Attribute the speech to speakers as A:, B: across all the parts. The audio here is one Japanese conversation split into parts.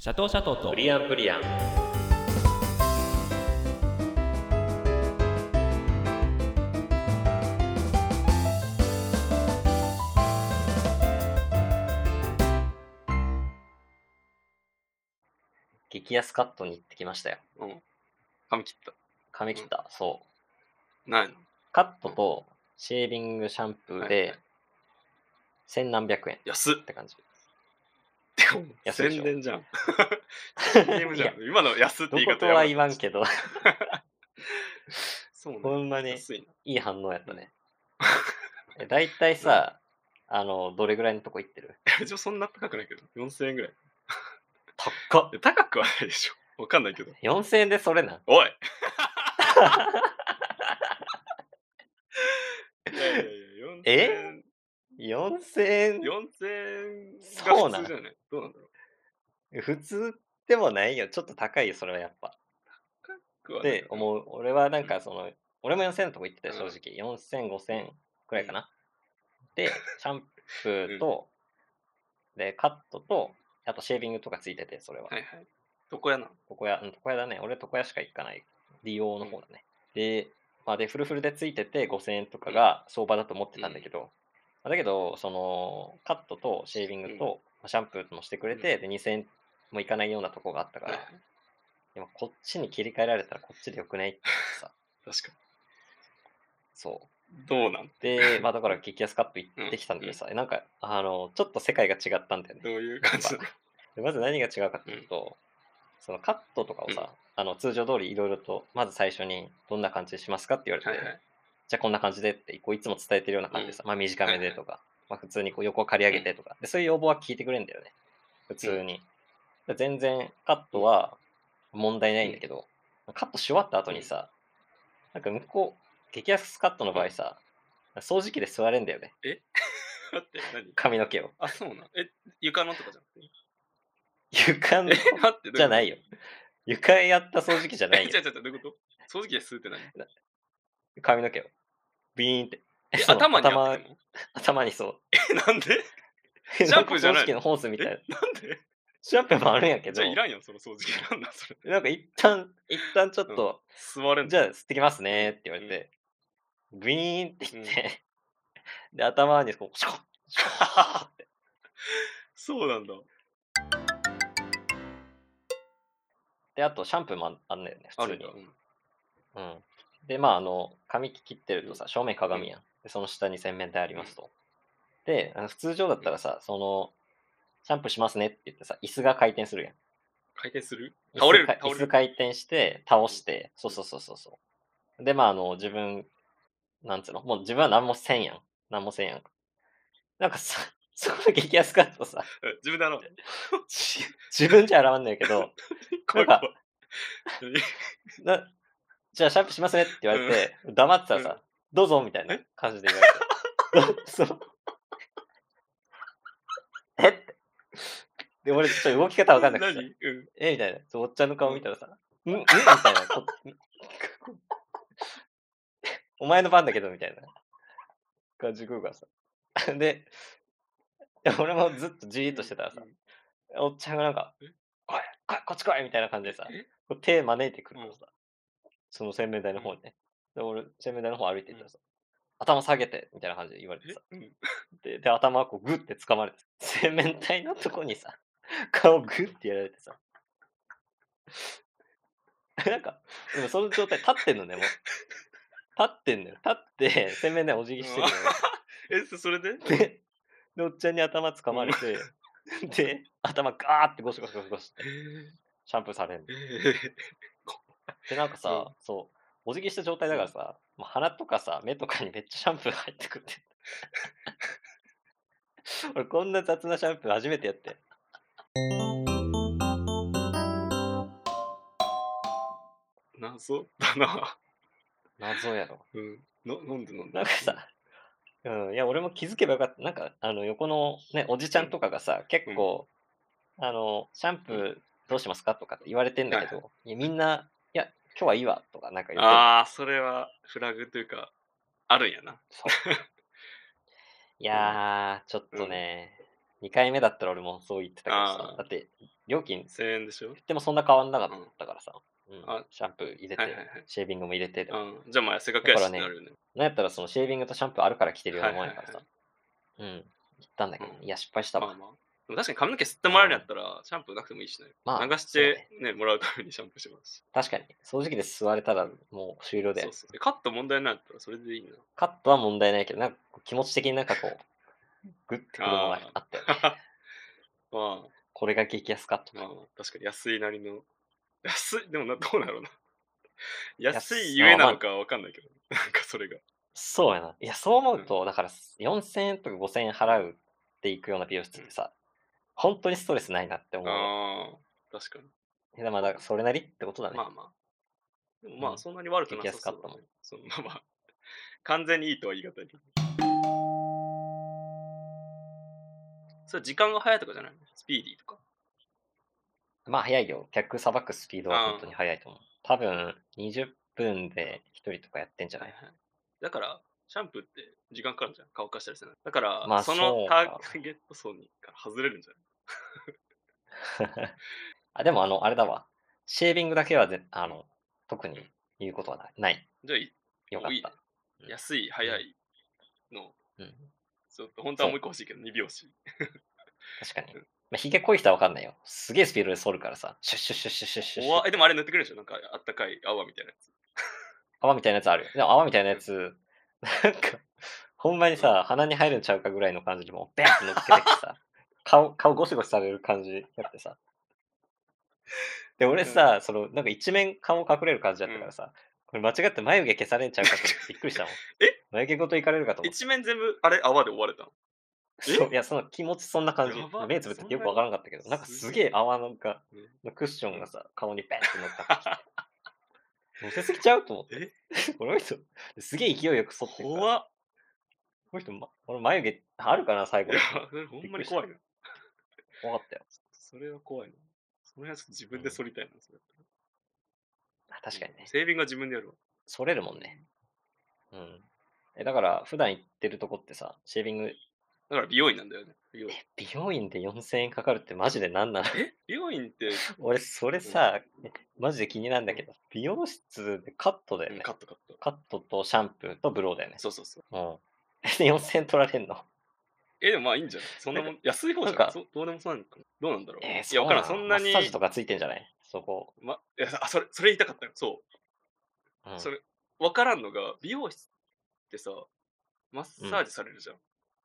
A: シャトーと
B: ブリアンブリアン。激安カットに行ってきましたよ。
C: うん。髪切った。
B: 髪切った、そう
C: ないの
B: カットとシェービングシャンプーで
C: はいはい
B: 千何百円
C: 安っ
B: って感じ。
C: 安
B: 安いでしょ
C: 宣伝じゃん。CM じゃん。今の安って
B: ど
C: 言い方
B: ことは言わんけど
C: そうね。
B: ほんまに
C: 安いな。
B: いい反応やったね。だいたいさ、どれぐらいのとこ行ってる？
C: 一応そんな高くないけど、4000円ぐらい。
B: 高っ。
C: 高くはないでしょ。わかんないけど。
B: 4000円でそれな。
C: おいいやいやいや、
B: 4000円
C: 4000円が
B: そうなん
C: 普通じゃないどうなんだろう。
B: 普通でもないよ。ちょっと高いよ、それはやっぱ。
C: 高くはない
B: って思う。俺はなんか俺も4000円のとこ行ってたよ、
C: うん
B: 正直。4000、5000くらいかな。で、シャンプーと、で、カットと、あとシェービングとかついてて、それは。
C: はいはい。床屋なの
B: 床屋だね。俺床屋しか行かない。利用の方だね。で、フルフルでついてて5000円とかが相場だと思ってたんだけど、だけど、カットとシェービングと、シャンプーもしてくれて、で、2000円もいかないようなとこがあったから、
C: はいはい
B: でもこっちに切り替えられたらこっちでよくないってさ、
C: 確か
B: そう。
C: に。どうなん
B: で、だから激安カット行ってきたんだけどさ、なんか、ちょっと世界が違ったんだよね。
C: どういう感じなの
B: でまず何が違うかっていうと、そのカットとかをさ、通常通りいろいろと、まず最初にどんな感じでしますかって言われて、
C: はいはい。
B: じゃあこんな感じでってこういつも伝えてるような感じでさ、短めでとか、普通にこう横を刈り上げてとか、でそういう要望は聞いてくれるんだよね。普通に。で全然カットは問題ないんだけど、カットし終わった後にさ、なんか向こう、激安カットの場合さ、掃除機で座れんだよね。
C: 待って、何
B: 髪の毛を。
C: あ、そうなん床のとかじゃなくて
B: 床の
C: 待って、
B: じゃないよ。床やった掃除機じゃないよ。
C: 違う、どういうこと掃除機で吸うって何
B: 髪の毛を。ビーンって。
C: 頭に当てるの
B: 頭にそう。
C: なんでシャンプーじゃない
B: 掃除機のホースみたいな。
C: なんで
B: シャンプーもあるんやけど
C: じゃあい、らんやん、その掃除機。なんだそれ。
B: なんか一旦ちょっと、
C: 座れんの
B: じゃあ吸ってきますねって言われて、ビーンって言って、で、頭にこう、シュコッシュコッって。
C: そうなんだ。
B: で、あとシャンプーもあんだよね、普通に
C: あるんだ。。
B: うん。で、髪切ってるとさ、正面鏡やん。で、その下に洗面台ありますと。で、普通上だったらさ、シャンプーしますねって言ってさ、椅子が回転するやん。
C: 回転する倒れる
B: 椅子回転して、倒して、そう。で、自分、なんつうの、もう自分は何もせんやん。なんかさ、そこで激安カットさ、
C: 自分で洗うの
B: 自分じゃ洗わんねんけど、なんか、じゃあシャンプーしますねって言われて、黙ってたらさ、どうぞみたいな感じで言われて。そう。って。で、俺ちょっと動き方わかんなくてさ、みたいな。おっちゃんの顔見たらさ、みたいな。お前の番だけど、みたいな感じで来るからさ。で、俺もずっとじーっとしてたらさ、おっちゃんがなんか、こっち来いみたいな感じでさ、手招いてくるからさ、その洗面台の方にね。で、俺、洗面台の方歩いていったらさ、頭下げてみたいな感じで言われてさ、で、頭こうグッて掴まれて、洗面台のとこにさ、顔グッてやられてさ、なんか、でもその状態立ってんのね、もう。立ってんのよ。立って、洗面台お辞儀してるの
C: それで
B: で、おっちゃんに頭掴まれて、で、頭ガーってゴシゴシってシャンプーされんの。で、なんかさ、そう、お辞儀した状態だからさ、鼻とかさ、目とかにめっちゃシャンプー入ってくって。俺こんな雑なシャンプー初めてやって。
C: 謎だな。
B: 謎やろ。
C: なんで
B: なんかさ、いや、俺も気づけばよかった。なんか、横のね、おじちゃんとかがさ、結構、シャンプーどうしますかとかって言われてんだけど、いやみんな、いや、今日はいいわとかなんか言ってる。
C: ああ、それはフラグというか、あるんやな。
B: そう。いやー、ちょっとね、 2回目だったら俺もそう言ってたけどさ、
C: ああ。
B: だって料金
C: 1000円でしょ？
B: 言ってもそんな変わんなかっ
C: うん。
B: たからさ。うん。
C: あ、
B: シャンプー入れて、
C: はいはいはい。
B: シェービングも入れてでも。
C: うん。じゃあ、まあ、せっかくや
B: だからね、
C: しってなるよね。
B: なんやったらそのシェービングとシャンプーあるから来てるよう
C: はい
B: なもんやからさ。
C: はいはい。
B: うん。言ったんだ
C: うん。
B: けどね、いや、失敗したわ。
C: まあまあ。でも確かに髪の毛吸ってもらえるんや
B: うん。
C: ったら、シャンプーなくてもいいしね。
B: まあ、
C: 流して
B: そうね。
C: ね、もらうためにシャンプーしてますし。
B: 確かに。掃除機で吸われたら
C: うん。
B: もう終了だよね。
C: そうそう。で、カット問題ないんやったらそれでいいな。
B: カットは問題ないけど、なんか気持ち的になんかこう、グッてくるものが
C: あ
B: あったよね。
C: あ。まあ、
B: これが激安カットだ。
C: まあ、確かに安いなりのでもどうだろうな。安いゆえ
B: ああ、まあ、
C: なのかわかんないけど、なんかそれが。
B: そうやな。いや、そう思
C: うん、
B: うと、だから4000円とか5000円払うっていくような美容
C: うん。
B: 室ってさ、ほんとにストレスないなって思うわ。
C: ああ、確かに。
B: で、まあ、だからそれなりってことだね。
C: まあまあ。でもまあ、
B: うん。
C: そんなに悪くな
B: 激
C: さそうだね。
B: 安カットも。
C: まあまあ、完全にいいとは言い難いけど。それ時間が早いとかじゃないの？スピーディーとか。
B: まあ、早いよ。客さばくスピードはほんとに
C: あ
B: 速いと思う。多分20分
C: あ、うん。
B: で1人とかやってんじゃない？
C: はいはい。だから、シャンプーって時間かかるじゃん、乾かしたりするのに。だから、
B: まあ、
C: その
B: そうか。
C: ターゲット層にから外れるんじゃない？
B: あ、でもあれだわ。シェービングだけは
C: うん。
B: 特に言うことはない。
C: じゃあ、いいね。
B: よかった。
C: 安い、
B: うん。うん。
C: 早いの、
B: うん。
C: ちょっと本当はもう
B: そう、
C: 一個欲しいけど、2拍子。
B: 確かに。
C: うん。
B: ま、髭濃い人はわかんないよ。すげえスピードで剃るからさ、シュッシュッシュッシュッシュッシュッシュッ
C: でもあれ塗ってくれるでしょ？なんかあったかい泡みたいなやつ。
B: 泡みたいなやつある。でも泡みたいなや
C: うん、
B: つ、なんか、ほんまに
C: うん。
B: さ、鼻に入るんちゃうかぐらいの感じでもうベンって乗っけてきてさ、顔ゴシゴシされる感じやってさ。で、俺
C: うん、
B: さ、なんか一面顔隠れる感じだっ
C: うん。
B: たからさ、これ間違って眉毛消されんちゃうかと思ってびっくりしたもん。
C: え？
B: 眉毛ごといかれるかと思った。
C: 一面全部、あれ、泡で覆われたの？え？
B: そう、いや、その気持ちそんな感じ。
C: やば、
B: 目つぶっててよくわか
C: そんなに？
B: らんかったけど、なんかすげえ
C: すげえ。
B: 泡
C: うん、
B: のクッショ
C: うん。
B: ンがさ、顔にベンって乗っかってきて、乗せすぎちゃうと思って。
C: え？
B: この人、すげえ勢いよく剃ってくからさ、
C: 怖っ。
B: この人、俺眉毛あるかな、最
C: いや、
B: 後って思って。
C: それほん
B: びっくりした。
C: まに怖いな。
B: 怖かったよ。
C: それは怖いな。それはちょっと自分で
B: うん。
C: 剃りたいな、それだったら。
B: あ、
C: うん。
B: 確かにね。
C: セービングは自分でやるわ。
B: 剃れるもんね。うん。だから普段行ってるとこってさ、シェービング、
C: だから美容院なんだよね、美容院。
B: 美容院で4000円かかるってマジでなんなの？
C: 美容院って、
B: 俺それ
C: うん、
B: さ、マジで気になん
C: うん、
B: だけど、美容室でカットだよ
C: うん、
B: ね。
C: カットカット。
B: カットとシャンプーとブローだよね。
C: そうそうそう。
B: うん。で、4000取られんの？
C: でもまあいいんじゃない？そん
B: なんか
C: なもん安い方じゃない？
B: なんか、
C: どうでもそうなのかな？どうなんだろう？いや、わからん。そ
B: そうなの？マッサージ
C: んなに、
B: とかついてんじゃない？そこ。
C: いや、それ言いたかったよ。そう。
B: うん。
C: それ、わからんのが、美容室ってさ、マッ
B: うん。
C: サージされるじゃん。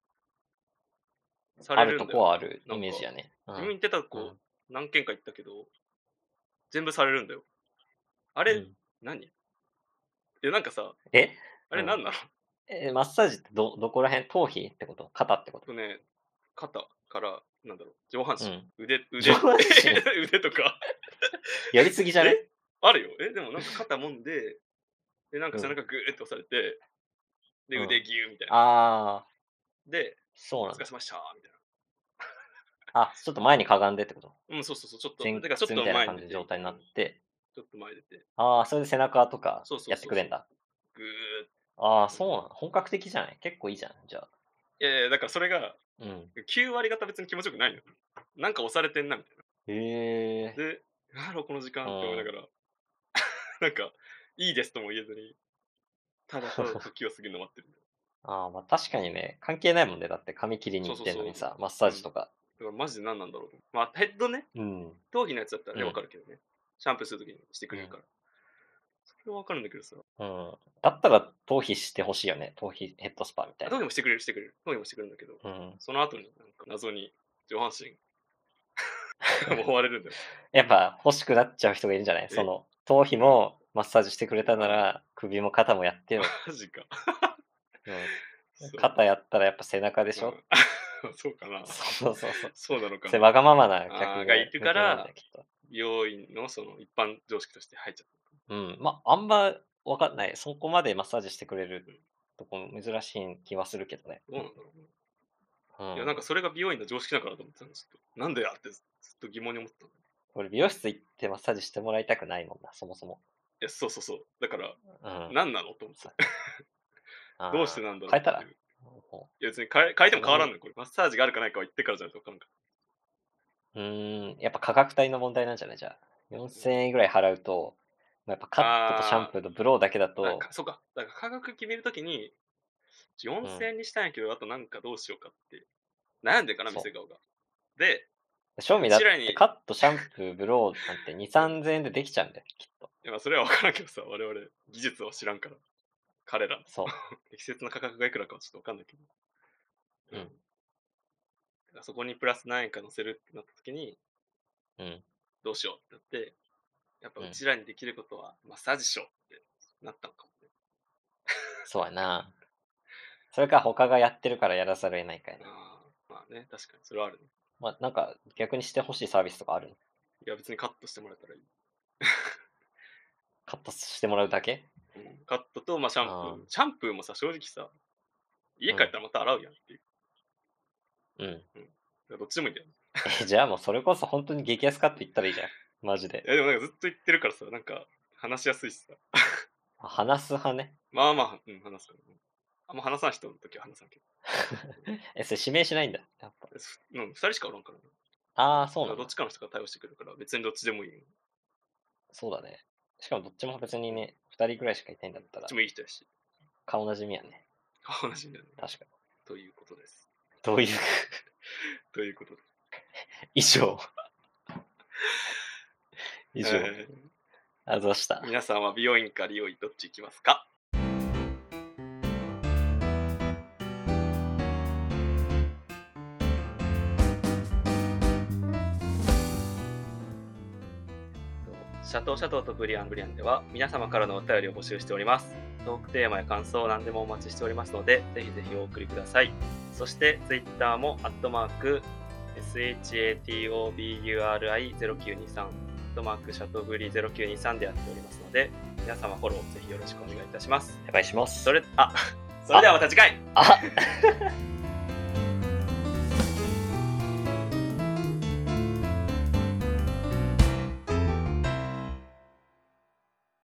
C: さ
B: あると
C: れるんだよな。
B: こはあるイ
C: なんか、
B: メージやね。うん。
C: 自分行ってたとこ、
B: うん。
C: 何軒か行ったけど、全部されるんだよ。あれ、
B: うん。
C: 何？なんかさ、
B: え？うん。
C: あれなんなの？
B: マッサージってどこら辺？頭皮ってこと？肩ってこと？
C: ね、肩から、なんだろう、上半身、
B: うん。
C: 腕
B: 上
C: 腕
B: 半身？
C: 腕とか。
B: やりすぎじゃね？
C: え？あるよ。でもなんか肩もんで、なんか
B: うん。
C: 背中グーって押されて、で、
B: うん。
C: 腕ギューみたいな。
B: ああ、
C: で、
B: そうなんだ。
C: お疲れ様でしたみたいな。
B: あ、ちょっと前にかがんでってこと？
C: うん、そうそうそう、ちょっと、
B: 前
C: だからちょっと
B: 屈みたいな
C: 前に出て、
B: 感じの状態に
C: うん、
B: なって、
C: ちょっと前に出て、
B: ああ、それで背中とか
C: そうそうそうそう、
B: やってくれんだ。
C: ぐー、
B: ああ、
C: うん。
B: そうなん本格的じゃない？結構いいじゃん、じゃあ。
C: いやいや、だからそれが、
B: うん。
C: 9割方別に気持ちよくないのよ。なんか押されてんなみたいな。
B: へえ。
C: で、なんだろうこの時間って思いな
B: うん。
C: がら、なんか、いいですとも言えずに、ただただ時を過ぎるの待ってるんだよ。
B: ああ、ま、確かにね、関係ないもんね、だって髪切りに行っ
C: そうそうそう。
B: てんのにさ、マッサ
C: うん。だ
B: ージとか。
C: からマジで何なんだろうと。まあ、ヘッドね、
B: うん。
C: 頭皮のやつだったらね、わか
B: うん。
C: るけどね。シャンプーするときにしてく
B: うん。
C: れるから。それはわかるんだけどさ。
B: うん。だったら頭皮してほしいよね。頭皮ヘッドスパみたいな。
C: 頭皮もしてくれるしてくれる。頭皮もしてくれるんだけど、
B: うん。
C: その後になんか謎に上半身もうわれるんだよ。
B: やっぱ欲しくなっちゃう人がいるんじゃない？
C: え？
B: 頭皮
C: うん。
B: もマッサージしてくれたな
C: うん。
B: ら、首も肩もやってよ。
C: マジか。
B: うん。
C: そう。
B: 肩やったらやっぱ背中でしょ？
C: うん。そうかな。
B: そうそうそう。
C: そうなのかな。
B: それわがままな
C: ああ、
B: 客が
C: がいる
B: 向けなんだよ、
C: から、
B: きっと。
C: 美容院のその一般常識として入っちゃった。
B: うん、あんまわかんない。そこまでマッサージしてくれる
C: うん。
B: とこ珍しい気はするけどね。
C: どうなんだろうね。いや、なん
B: うん。
C: かそれが美容院の常識だからと思ってたんですけど、なんでやってずっと疑問に思ってたんだ。い
B: 俺美容室行ってマッサージしてもらいたくないもんな、そもそも。
C: や、そうそうそう。だから、
B: うん。
C: なんなのと思って。
B: さ
C: どうして
B: ああ、
C: なんだろ
B: 変えたら？
C: うっていう。
B: ほ
C: いや別に変えても変わらんのよ、これ。マッサージがあるかないかは言ってからじゃないと分からんか
B: やっぱ価格帯の問題なんじゃない？じゃあ。4000円ぐらい払うと、ま、やっぱカットとシャンプーとブローだけだと、
C: そうか。だから価格決めるときに、
B: うん、
C: 4000円にしたんやけど、あとなんかどうしようかって悩んでんかな、
B: そう。
C: 店側が。で、
B: 正味だっ
C: うちらに、
B: てカット、シャンプー、ブローなんて2、
C: うん。
B: 3000円でできちゃうんだよ、きっと。
C: いや、まあそれは分からんけどさ、我々技術を知らんから、彼らの。
B: そ
C: 適切な価格がいくらかはちょっと分かんないけど。
B: う。
C: うん。だからそこにプラス何円か乗せるってなったときに、
B: うん。
C: どうしようってなって、やっぱ
B: うん。
C: うちらにできることはマッサージしようってなったのかもね。
B: そうやな。それか他がやってるからやらざるを得ないかやな。
C: ああ、まあね、確かにそれはあるね。
B: ま、なんか逆にして欲しいサービスとかあるの？
C: いや別にカットしてもらえたらいい。
B: カットしてもらうだけ？
C: うん、カットと、まあ、シャンプー。
B: あ
C: シャンプーもさ、正直さ、家帰ったらまた洗うやんっていう。
B: うん。
C: うん。だからどっちでもいいんだよね。
B: じゃあもうそれこそほんとに激安カット行ったらいいじゃん、マジで。
C: いやでもなんかずっと言ってるからさ、なんか話しやすいしさ。
B: 話す派ね。
C: まあまあ、うん、話すから、ね。あんま話さん人の時は話さんけど。
B: それ指名しないんだ、やっぱ。
C: うん、2人しかおらんからな。
B: ああ、そう
C: だからどっ
B: なんだ。
C: ちかの人が対応してくるから、別にどっちでもいいよ。
B: そうだね。しかもどっちも別にね、2人ぐらいしかいないんだったら、
C: どっちもいい人やし。
B: 顔なじみやね。
C: 同じんだよね。
B: 確かに。
C: ということです。
B: どういう
C: ということで。
B: 以上。以上。
C: え
B: あざした。
C: 皆さんは美容院か理容院どっち行きますか？シャトーとブリアンでは皆様からのお便りを募集しております。トークテーマや感想何でもお待ちしておりますので、ぜひぜひお送りください。そしてツイッターも@SHATOBURI0923 シャトーブリ0923でやっておりますので、皆様フォローぜひよろしくお願いいたします。
B: お願いします。
C: それではまた次回。
B: あ